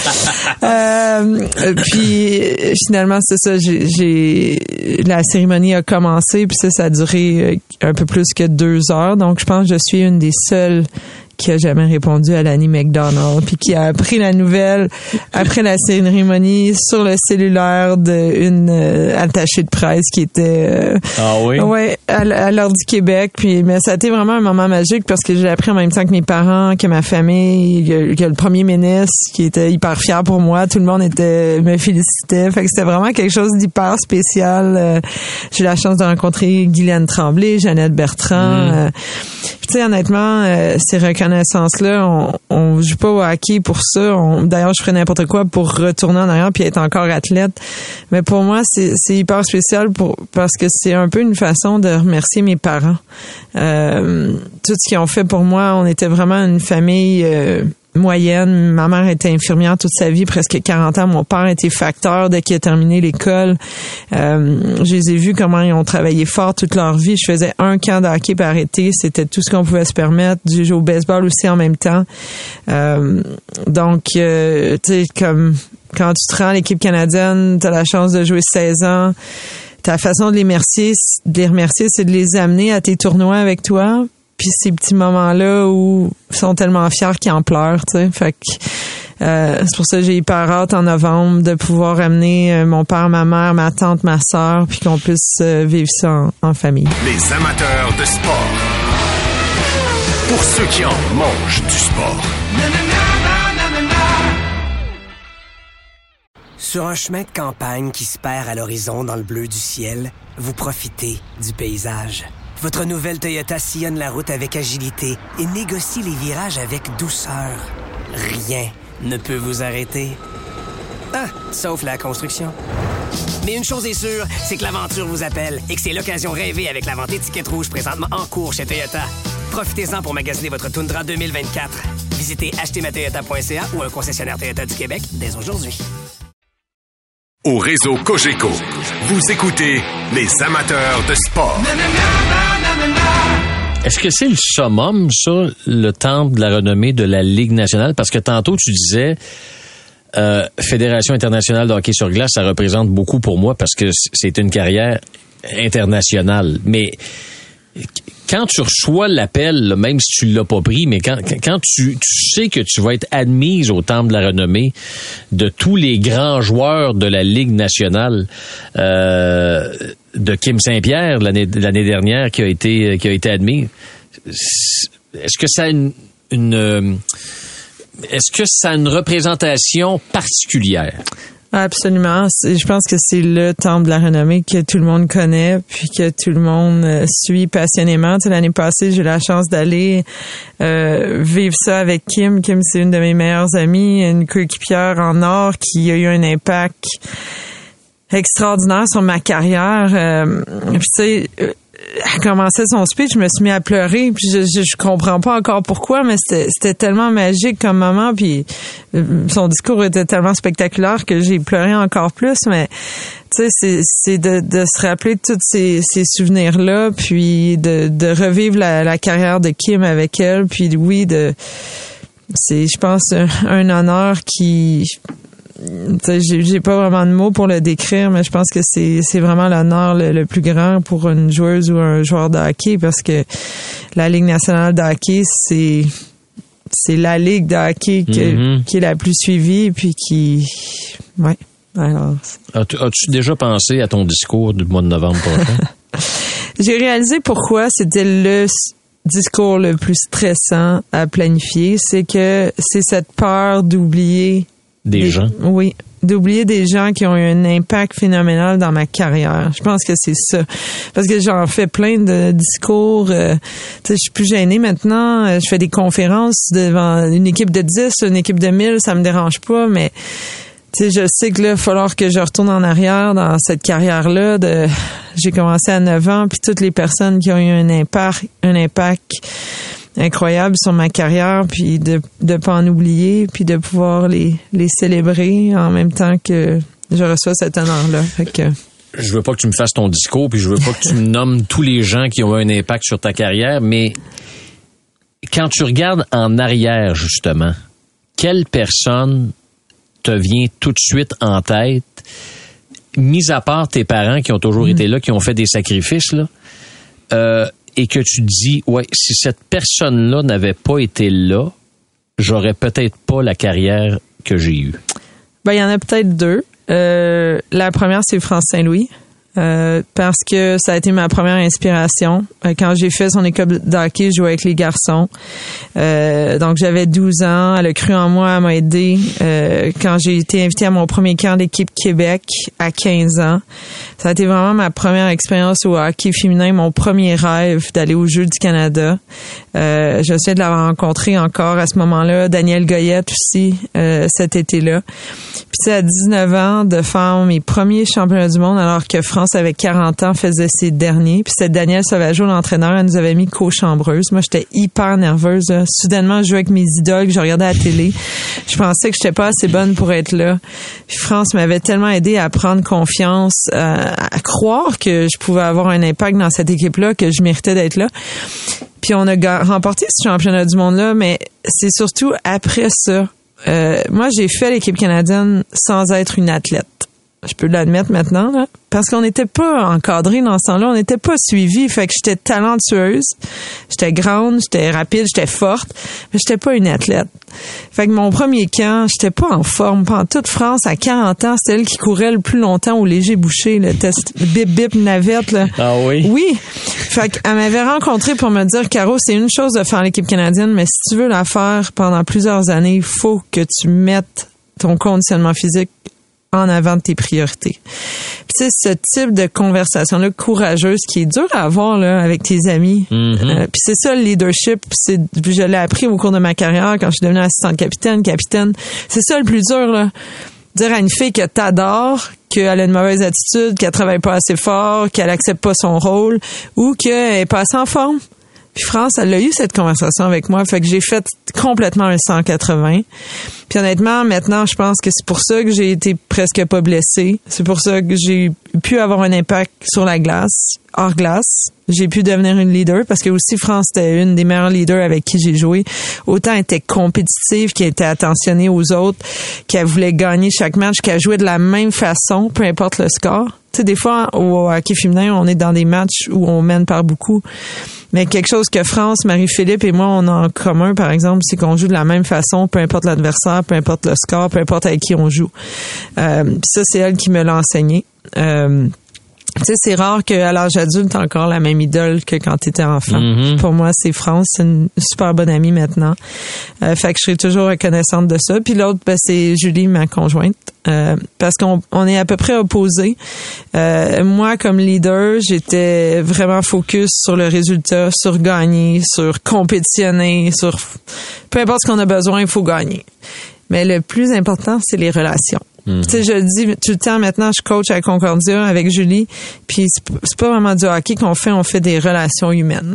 euh, puis finalement, c'est ça, j'ai, j'ai la cérémonie a commencé, puis ça, ça a duré un peu plus que deux heures. Donc, je pense que je suis une des seules qui a jamais répondu à Lanny McDonald, puis qui a appris la nouvelle après la cérémonie sur le cellulaire d'une euh, attachée de presse qui était euh, ah oui ouais à, à l'Ordre du Québec. Puis mais ça a été vraiment un moment magique parce que j'ai appris en même temps que mes parents, que ma famille, que, que le premier ministre qui était hyper fier pour moi, tout le monde était me félicitait. Fait que c'était vraiment quelque chose d'hyper spécial. Euh, j'ai eu la chance de rencontrer Guylaine Tremblay, Jeannette Bertrand. Mm. Euh, tu sais, honnêtement, euh, ces reconnaissances-là, on, on joue pas au hockey pour ça. On, d'ailleurs, je ferais n'importe quoi pour retourner en arrière puis être encore athlète. Mais pour moi, c'est, c'est hyper spécial pour parce que c'est un peu une façon de remercier mes parents. Euh, tout ce qu'ils ont fait pour moi, on était vraiment une famille euh, moyenne. Ma mère était infirmière toute sa vie, presque quarante ans. Mon père était facteur dès qu'il a terminé l'école. Euh, je les ai vus comment ils ont travaillé fort toute leur vie. Je faisais un camp de hockey par été. C'était tout ce qu'on pouvait se permettre. Du jeu au baseball aussi en même temps. Euh, donc, euh, tu sais, comme quand tu te rends à l'équipe canadienne, tu as la chance de jouer seize ans. Ta façon de les remercier, de les remercier, c'est de les amener à tes tournois avec toi. puis ces petits moments-là où ils sont tellement fiers qu'ils en pleurent, tu sais. Fait que euh, c'est pour ça que j'ai hyper hâte en novembre de pouvoir amener euh, mon père, ma mère, ma tante, ma sœur, puis qu'on puisse euh, vivre ça en, en famille. Les amateurs de sport. Pour ceux qui en mangent du sport. Sur un chemin de campagne qui se perd à l'horizon dans le bleu du ciel, vous profitez du paysage. Votre nouvelle Toyota sillonne la route avec agilité et négocie les virages avec douceur. Rien ne peut vous arrêter. Ah, sauf la construction. Mais une chose est sûre, c'est que l'aventure vous appelle et que c'est l'occasion rêvée avec la vente étiquette rouge présentement en cours chez Toyota. Profitez-en pour magasiner votre Tundra deux mille vingt-quatre. Visitez acheter ma toyota point c a ou un concessionnaire Toyota du Québec dès aujourd'hui. Au réseau Cogeco, vous écoutez les amateurs de sport. Est-ce que c'est le summum, ça, le temple de la renommée de la Ligue nationale? Parce que tantôt, tu disais, euh, Fédération internationale de hockey sur glace, ça représente beaucoup pour moi parce que c'est une carrière internationale. Mais quand tu reçois l'appel, là, même si tu l'as pas pris, mais quand, quand tu, tu sais que tu vas être admise au temple de la renommée de tous les grands joueurs de la Ligue nationale, euh, de Kim Saint-Pierre l'année, l'année dernière qui a été, qui a été admis, est-ce que ça a une, une est-ce que ça a une représentation particulière? Absolument. Je pense que c'est le temple de la renommée que tout le monde connaît puis que tout le monde euh, suit passionnément. Tu sais, l'année passée, j'ai eu la chance d'aller euh, vivre ça avec Kim. Kim, c'est une de mes meilleures amies, une coéquipière en or qui a eu un impact extraordinaire sur ma carrière. Euh, puis tu sais, elle commençait son speech, je me suis mis à pleurer, puis je, je, je comprends pas encore pourquoi, mais c'était, c'était tellement magique comme moment, puis son discours était tellement spectaculaire que j'ai pleuré encore plus, mais tu sais, c'est, c'est de, de se rappeler de tous ces, ces souvenirs-là, puis de, de revivre la, la carrière de Kim avec elle, puis oui, de c'est, je pense, un, un honneur qui... T'sais, j'ai, j'ai pas vraiment de mots pour le décrire, mais je pense que c'est, c'est vraiment l'honneur le, le plus grand pour une joueuse ou un joueur de hockey parce que la Ligue nationale de hockey, c'est, c'est la ligue de hockey que, mm-hmm. qui est la plus suivie puis qui, ouais. Alors. As-tu, as-tu déjà pensé à ton discours du mois de novembre prochain? J'ai réalisé pourquoi c'était le discours le plus stressant à planifier. C'est que c'est cette peur d'oublier Des, des gens? Oui, d'oublier des gens qui ont eu un impact phénoménal dans ma carrière. Je pense que c'est ça. Parce que j'en fais plein de discours. Euh, tu sais, je suis plus gênée maintenant. Je fais des conférences devant une équipe de dix, une équipe de mille, ça me dérange pas, mais tu sais, je sais que là, il va falloir que je retourne en arrière dans cette carrière-là. De, j'ai commencé à neuf ans, puis toutes les personnes qui ont eu un impact, un impact incroyable sur ma carrière, puis de de pas en oublier, puis de pouvoir les les célébrer en même temps que je reçois cet honneur-là. Fait que je veux pas que tu me fasses ton discours, puis je veux pas que tu me nommes tous les gens qui ont eu un impact sur ta carrière, mais quand tu regardes en arrière, justement, quelle personne te vient tout de suite en tête, mis à part tes parents qui ont toujours mmh. été là, qui ont fait des sacrifices, là, euh, et que tu te dis, ouais, si cette personne-là n'avait pas été là, j'aurais peut-être pas la carrière que j'ai eue. Ben, il y en a peut-être deux. Euh, la première, c'est France Saint-Louis. Euh, parce que ça a été ma première inspiration. Euh, quand j'ai fait son école de hockey, je jouais avec les garçons. Euh, donc, j'avais douze ans. Elle a cru en moi, elle m'a aidé. Euh, quand j'ai été invitée à mon premier camp d'équipe Québec à quinze ans, ça a été vraiment ma première expérience au hockey féminin, mon premier rêve d'aller aux Jeux du Canada. Euh, je sais de l'avoir rencontré encore à ce moment-là. Danielle Goyette aussi, euh, cet été-là. Puis c'est à dix-neuf ans de faire mes premiers championnats du monde alors que France avec quarante ans faisait ses derniers. Puis c'est Danielle Sauvageau, l'entraîneur, elle nous avait mis co-chambreuse. Moi, j'étais hyper nerveuse. Là. Soudainement, je jouais avec mes idoles que je regardais à la télé. Je pensais que j'étais pas assez bonne pour être là. Puis France m'avait tellement aidé à prendre confiance, à, à croire que je pouvais avoir un impact dans cette équipe-là, que je méritais d'être là. Puis on a ga- remporté ce championnat du monde-là, mais c'est surtout après ça. Euh, moi, j'ai fait l'équipe canadienne sans être une athlète. Je peux l'admettre maintenant, là. Parce qu'on n'était pas encadré dans ce temps-là. On n'était pas suivi. Fait que j'étais talentueuse. J'étais grande, j'étais rapide, j'étais forte. Mais j'étais pas une athlète. Fait que mon premier camp, j'étais pas en forme. Pendant toute France, à quarante ans, c'était elle qui courait le plus longtemps au léger bouché, le test bip bip navette, là. Ah oui? Oui. Fait qu'elle m'avait rencontré pour me dire, Caro, c'est une chose de faire l'équipe canadienne, mais si tu veux la faire pendant plusieurs années, il faut que tu mettes ton conditionnement physique en avant de tes priorités. Puis tu sais, ce type de conversation-là courageuse qui est dur à avoir là avec tes amis. Mm-hmm. Euh, puis c'est ça le leadership. C'est, je l'ai appris au cours de ma carrière quand je suis devenue assistante capitaine, capitaine. C'est ça le plus dur là. Dire à une fille que t'adores, qu'elle a une mauvaise attitude, qu'elle travaille pas assez fort, qu'elle accepte pas son rôle ou qu'elle est pas assez en forme. Puis France, elle a eu cette conversation avec moi, fait que j'ai fait complètement un cent quatre-vingts. Puis honnêtement, maintenant, je pense que c'est pour ça que j'ai été presque pas blessée. C'est pour ça que j'ai pu avoir un impact sur la glace, hors glace. J'ai pu devenir une leader parce que aussi France était une des meilleures leaders avec qui j'ai joué. Autant elle était compétitive, qu'elle était attentionnée aux autres, qu'elle voulait gagner chaque match, qu'elle jouait de la même façon, peu importe le score. Tu sais, des fois, au hockey féminin, on est dans des matchs où on mène par beaucoup. Mais quelque chose que France, Marie-Philippe et moi, on a en commun, par exemple, c'est qu'on joue de la même façon, peu importe l'adversaire, peu importe le score, peu importe avec qui on joue. Euh, puis ça, c'est elle qui me l'a enseigné. Euh, tu sais, c'est rare qu'à l'âge adulte, t'as encore la même idole que quand t'étais enfant. Mm-hmm. Pour moi, c'est France. C'est une super bonne amie maintenant. Euh, fait que je serai toujours reconnaissante de ça. Puis l'autre, ben, c'est Julie, ma conjointe. Euh, parce qu'on on est à peu près opposés. Euh, moi, comme leader, j'étais vraiment focus sur le résultat, sur gagner, sur compétitionner, sur peu importe ce qu'on a besoin, il faut gagner. Mais le plus important, c'est les relations. Mmh. Tu sais, je le dis tout le temps, maintenant, je coach à Concordia avec Julie, puis c'est pas vraiment du hockey qu'on fait, on fait des relations humaines.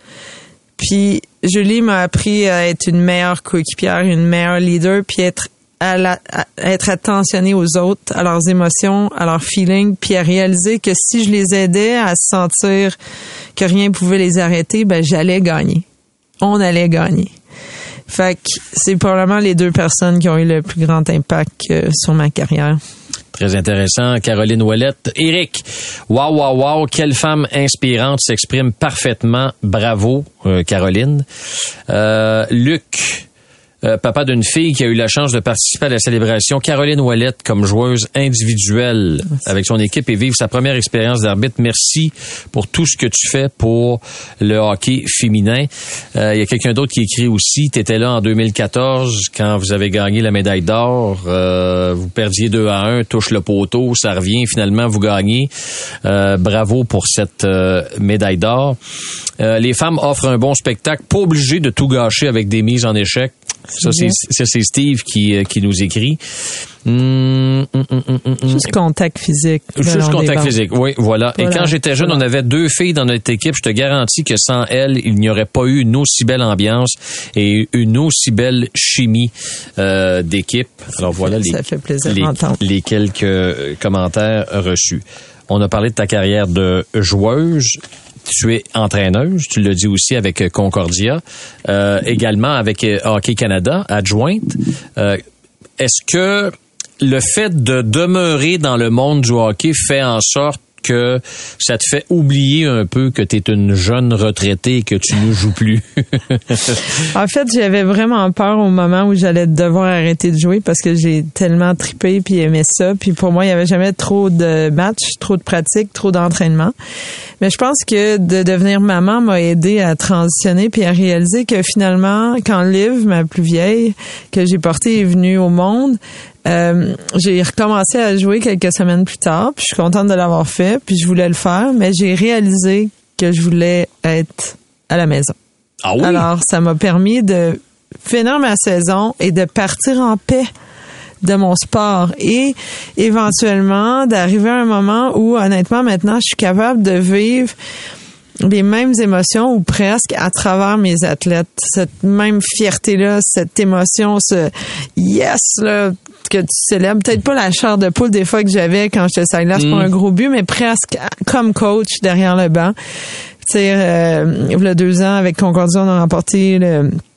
Puis Julie m'a appris à être une meilleure coéquipière, une meilleure leader, puis être à, la, à être attentionnée aux autres, à leurs émotions, à leurs feelings, puis à réaliser que si je les aidais à se sentir que rien pouvait les arrêter, ben j'allais gagner. On allait gagner. Fait que c'est probablement les deux personnes qui ont eu le plus grand impact euh, sur ma carrière. Très intéressant. Caroline Ouellette. Éric, wow, wow, wow, quelle femme inspirante, s'exprime parfaitement. Bravo, euh, Caroline. Euh, Luc, euh, papa d'une fille qui a eu la chance de participer à la célébration Caroline Ouellette comme joueuse individuelle Merci. Avec son équipe et vivre sa première expérience d'arbitre. Merci pour tout ce que tu fais pour le hockey féminin. Euh, il y a quelqu'un d'autre qui écrit aussi, tu étais là en deux mille quatorze quand vous avez gagné la médaille d'or. Euh, vous perdiez deux à un, touche le poteau, ça revient, finalement vous gagnez. Euh, bravo pour cette euh, médaille d'or. Euh, les femmes offrent un bon spectacle, pas obligé de tout gâcher avec des mises en échec. Ça, c'est, ça, c'est Steve qui, qui nous écrit. Mmh, mmh, mmh, mmh, Juste contact physique. Juste contact physique, oui, voilà. voilà. Et quand j'étais jeune, voilà. On avait deux filles dans notre équipe. Je te garantis que sans elles, il n'y aurait pas eu une aussi belle ambiance et une aussi belle chimie euh, d'équipe. Alors voilà les, ça fait plaisir les, les quelques commentaires reçus. On a parlé de ta carrière de joueuse. Tu es entraîneuse, tu l'as dit aussi avec Concordia, euh, également avec Hockey Canada, adjointe. Euh, est-ce que le fait de demeurer dans le monde du hockey fait en sorte que ça te fait oublier un peu que tu es une jeune retraitée et que tu ne joues plus? En fait, j'avais vraiment peur au moment où j'allais devoir arrêter de jouer parce que j'ai tellement trippé puis aimé ça. Puis pour moi, il y avait jamais trop de matchs, trop de pratiques, trop d'entraînement. Mais je pense que de devenir maman m'a aidé à transitionner puis à réaliser que finalement, quand Liv, ma plus vieille, que j'ai portée, est venue au monde, Euh, j'ai recommencé à jouer quelques semaines plus tard, puis je suis contente de l'avoir fait, puis je voulais le faire, mais j'ai réalisé que je voulais être à la maison. Ah oui? Alors, ça m'a permis de finir ma saison et de partir en paix de mon sport et éventuellement d'arriver à un moment où, honnêtement, maintenant, je suis capable de vivre les mêmes émotions ou presque à travers mes athlètes. Cette même fierté-là, cette émotion, ce yes là que tu célèbres. Peut-être pas la chair de poule des fois que j'avais quand j'étais sur la glace mm. pour un gros but, mais presque comme coach derrière le banc. Tu sais, euh, il y a deux ans, avec Concordia, on a remporté le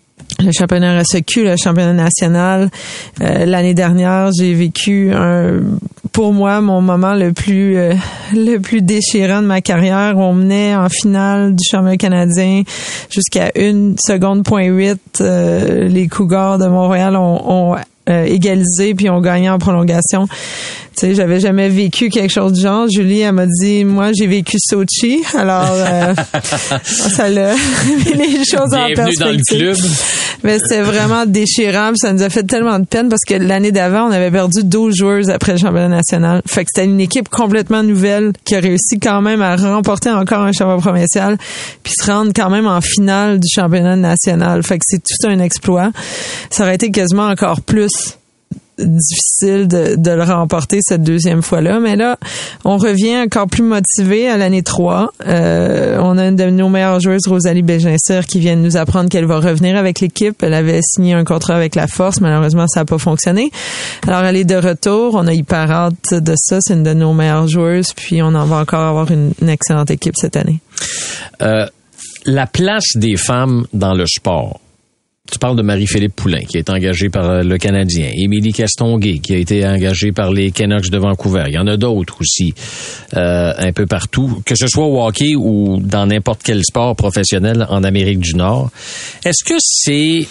le championnat R S E Q, le championnat national. Euh, l'année dernière, j'ai vécu un, pour moi, mon moment le plus euh, le plus déchirant de ma carrière. On menait en finale du championnat canadien jusqu'à une seconde point huit. Euh, les Cougars de Montréal ont, ont euh, égalisé puis ont gagné en prolongation. Tu sais, j'avais jamais vécu quelque chose du genre. Julie, elle m'a dit, moi, j'ai vécu Sochi. Alors, euh, ça l'a mis les choses Bienvenue en perspective. dans le club. Mais c'était vraiment déchirant. Puis ça nous a fait tellement de peine parce que l'année d'avant, on avait perdu douze joueuses après le championnat national. Fait que c'était une équipe complètement nouvelle qui a réussi quand même à remporter encore un championnat provincial puis se rendre quand même en finale du championnat national. Fait que c'est tout un exploit. Ça aurait été quasiment encore plus difficile de, de le remporter cette deuxième fois-là. Mais là, on revient encore plus motivé à l'année trois. Euh, on a une de nos meilleures joueuses, Rosalie Bégin-Cyr, qui vient de nous apprendre qu'elle va revenir avec l'équipe. Elle avait signé un contrat avec la Force. Malheureusement, ça n'a pas fonctionné. Alors, elle est de retour. On a hyper hâte de ça. C'est une de nos meilleures joueuses. Puis, on en va encore avoir une, une excellente équipe cette année. Euh, la place des femmes dans le sport. Tu parles de Marie-Philippe Poulin, qui est engagée par le Canadien. Émilie Castonguay, qui a été engagée par les Canucks de Vancouver. Il y en a d'autres aussi, euh, un peu partout, que ce soit au hockey ou dans n'importe quel sport professionnel en Amérique du Nord. Est-ce que c'est...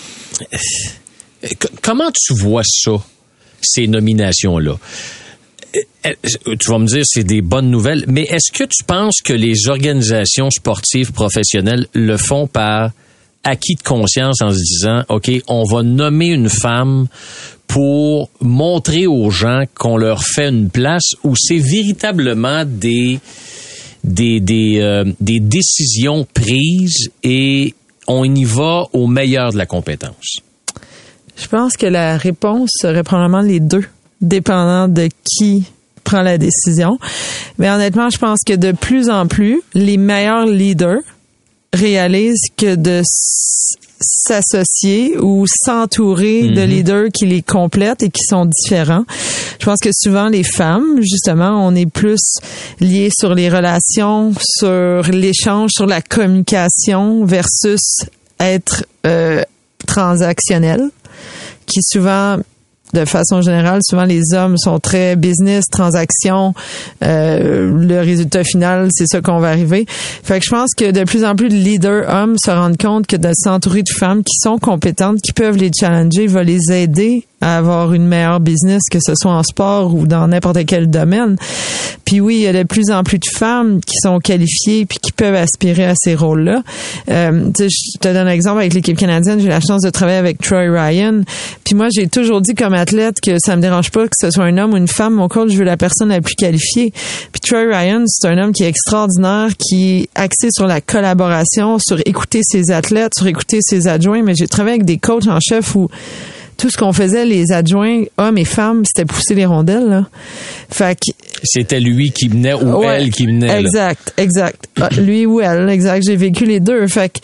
Comment tu vois ça, ces nominations-là? Tu vas me dire, c'est des bonnes nouvelles, mais est-ce que tu penses que les organisations sportives professionnelles le font par acquis de conscience en se disant, OK, on va nommer une femme pour montrer aux gens qu'on leur fait une place, ou c'est véritablement des des des euh, des décisions prises et on y va au meilleur de la compétence? Je pense que la réponse serait probablement les deux, dépendant de qui prend la décision. Mais honnêtement, je pense que de plus en plus, les meilleurs leaders réalisent que de s'associer ou s'entourer mm-hmm. de leaders qui les complètent et qui sont différents. Je pense que souvent les femmes, justement, on est plus liés sur les relations, sur l'échange, sur la communication versus être euh, transactionnel, qui souvent, de façon générale, souvent les hommes sont très business, transaction, euh, le résultat final, c'est ça qu'on va arriver. Fait que je pense que de plus en plus de leaders hommes se rendent compte que de s'entourer de femmes qui sont compétentes, qui peuvent les challenger, va les aider à avoir une meilleure business, que ce soit en sport ou dans n'importe quel domaine. Puis oui, il y a de plus en plus de femmes qui sont qualifiées puis qui peuvent aspirer à ces rôles-là. Euh, tu sais, je te donne un exemple avec l'équipe canadienne. J'ai la chance de travailler avec Troy Ryan. Puis moi, j'ai toujours dit comme athlète que ça me dérange pas que ce soit un homme ou une femme. Mon coach, je veux la personne la plus qualifiée. Puis Troy Ryan, c'est un homme qui est extraordinaire, qui est axé sur la collaboration, sur écouter ses athlètes, sur écouter ses adjoints. Mais j'ai travaillé avec des coachs en chef où tout ce qu'on faisait, les adjoints, hommes et femmes, c'était pousser les rondelles, là. Fait que... C'était lui qui menait ou ouais, elle qui menait. Exact, là. exact. Lui ou elle, exact. J'ai vécu les deux. Fait que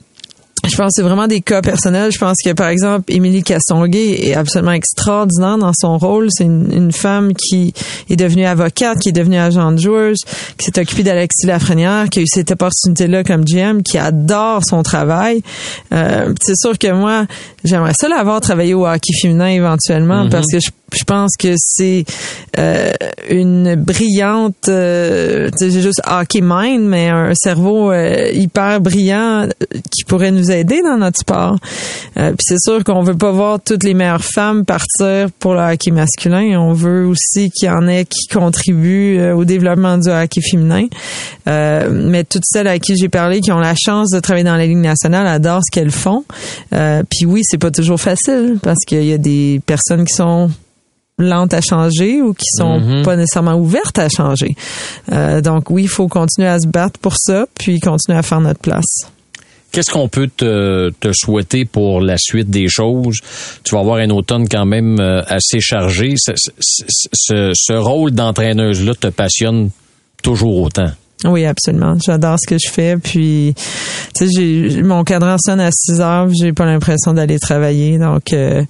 je pense que c'est vraiment des cas personnels. Je pense que, par exemple, Émilie Castonguay est absolument extraordinaire dans son rôle. C'est une, une femme qui est devenue avocate, qui est devenue agent de joueuse, qui s'est occupée d'Alexis Lafrenière, qui a eu cette opportunité-là comme G M, qui adore son travail. Euh, c'est sûr que moi, j'aimerais ça l'avoir travaillé au hockey féminin éventuellement, mm-hmm. parce que je Je pense que c'est euh, une brillante, euh, tu sais, j'ai juste hockey mind, mais un cerveau euh, hyper brillant qui pourrait nous aider dans notre sport. Euh, puis c'est sûr qu'on veut pas voir toutes les meilleures femmes partir pour le hockey masculin. On veut aussi qu'il y en ait qui contribuent euh, au développement du hockey féminin. Euh, mais toutes celles à qui j'ai parlé qui ont la chance de travailler dans la Ligue nationale adorent ce qu'elles font. Euh, puis oui, c'est pas toujours facile parce qu'il y a des personnes qui sont lentes à changer ou qui sont mm-hmm. pas nécessairement ouvertes à changer. Euh, donc oui, il faut continuer à se battre pour ça, puis continuer à faire notre place. Qu'est-ce qu'on peut te, te souhaiter pour la suite des choses? Tu vas avoir un automne quand même assez chargé. Ce, ce, ce, ce rôle d'entraîneuse-là te passionne toujours autant? Oui, absolument. J'adore ce que je fais. Puis, tu sais, j'ai mon cadran sonne à six heures. J'ai pas l'impression d'aller travailler. Donc, euh,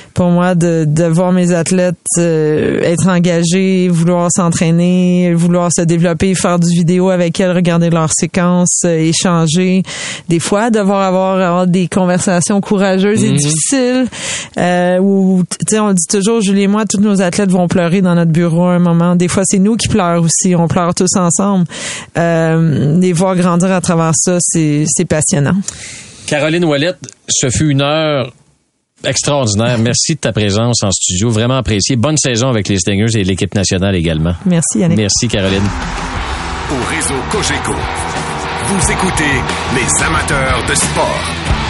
pour moi de, de voir mes athlètes euh, être engagés, vouloir s'entraîner, vouloir se développer, faire du vidéo avec elles, regarder leurs séquences, euh, échanger. Des fois, devoir avoir, avoir des conversations courageuses mm-hmm. et difficiles. Euh, où, tu sais, on dit toujours, Julie et moi, tous nos athlètes vont pleurer dans notre bureau à un moment. Des fois, c'est nous qui pleurent aussi. On pleure tous ensemble. Euh, les voir grandir à travers ça, c'est, c'est passionnant. Caroline Ouellette, ce fut une heure extraordinaire. Merci de ta présence en studio. Vraiment apprécié. Bonne saison avec les Stingers et l'équipe nationale également. Merci, Yannick. Merci, Caroline. Au réseau Cogeco, vous écoutez les amateurs de sport.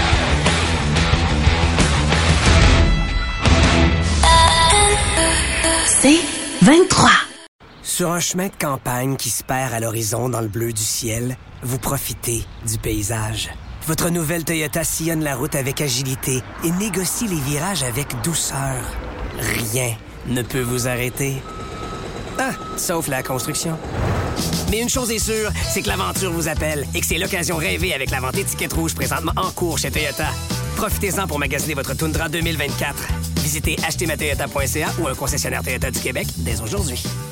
C'est vingt-trois. Sur un chemin de campagne qui se perd à l'horizon dans le bleu du ciel, vous profitez du paysage. Votre nouvelle Toyota sillonne la route avec agilité et négocie les virages avec douceur. Rien ne peut vous arrêter. Ah, sauf la construction. Mais une chose est sûre, c'est que l'aventure vous appelle et que c'est l'occasion rêvée avec la vente étiquette rouge présentement en cours chez Toyota. Profitez-en pour magasiner votre Tundra deux mille vingt-quatre. Visitez acheter ma toyota point c a ou un concessionnaire Toyota du Québec dès aujourd'hui.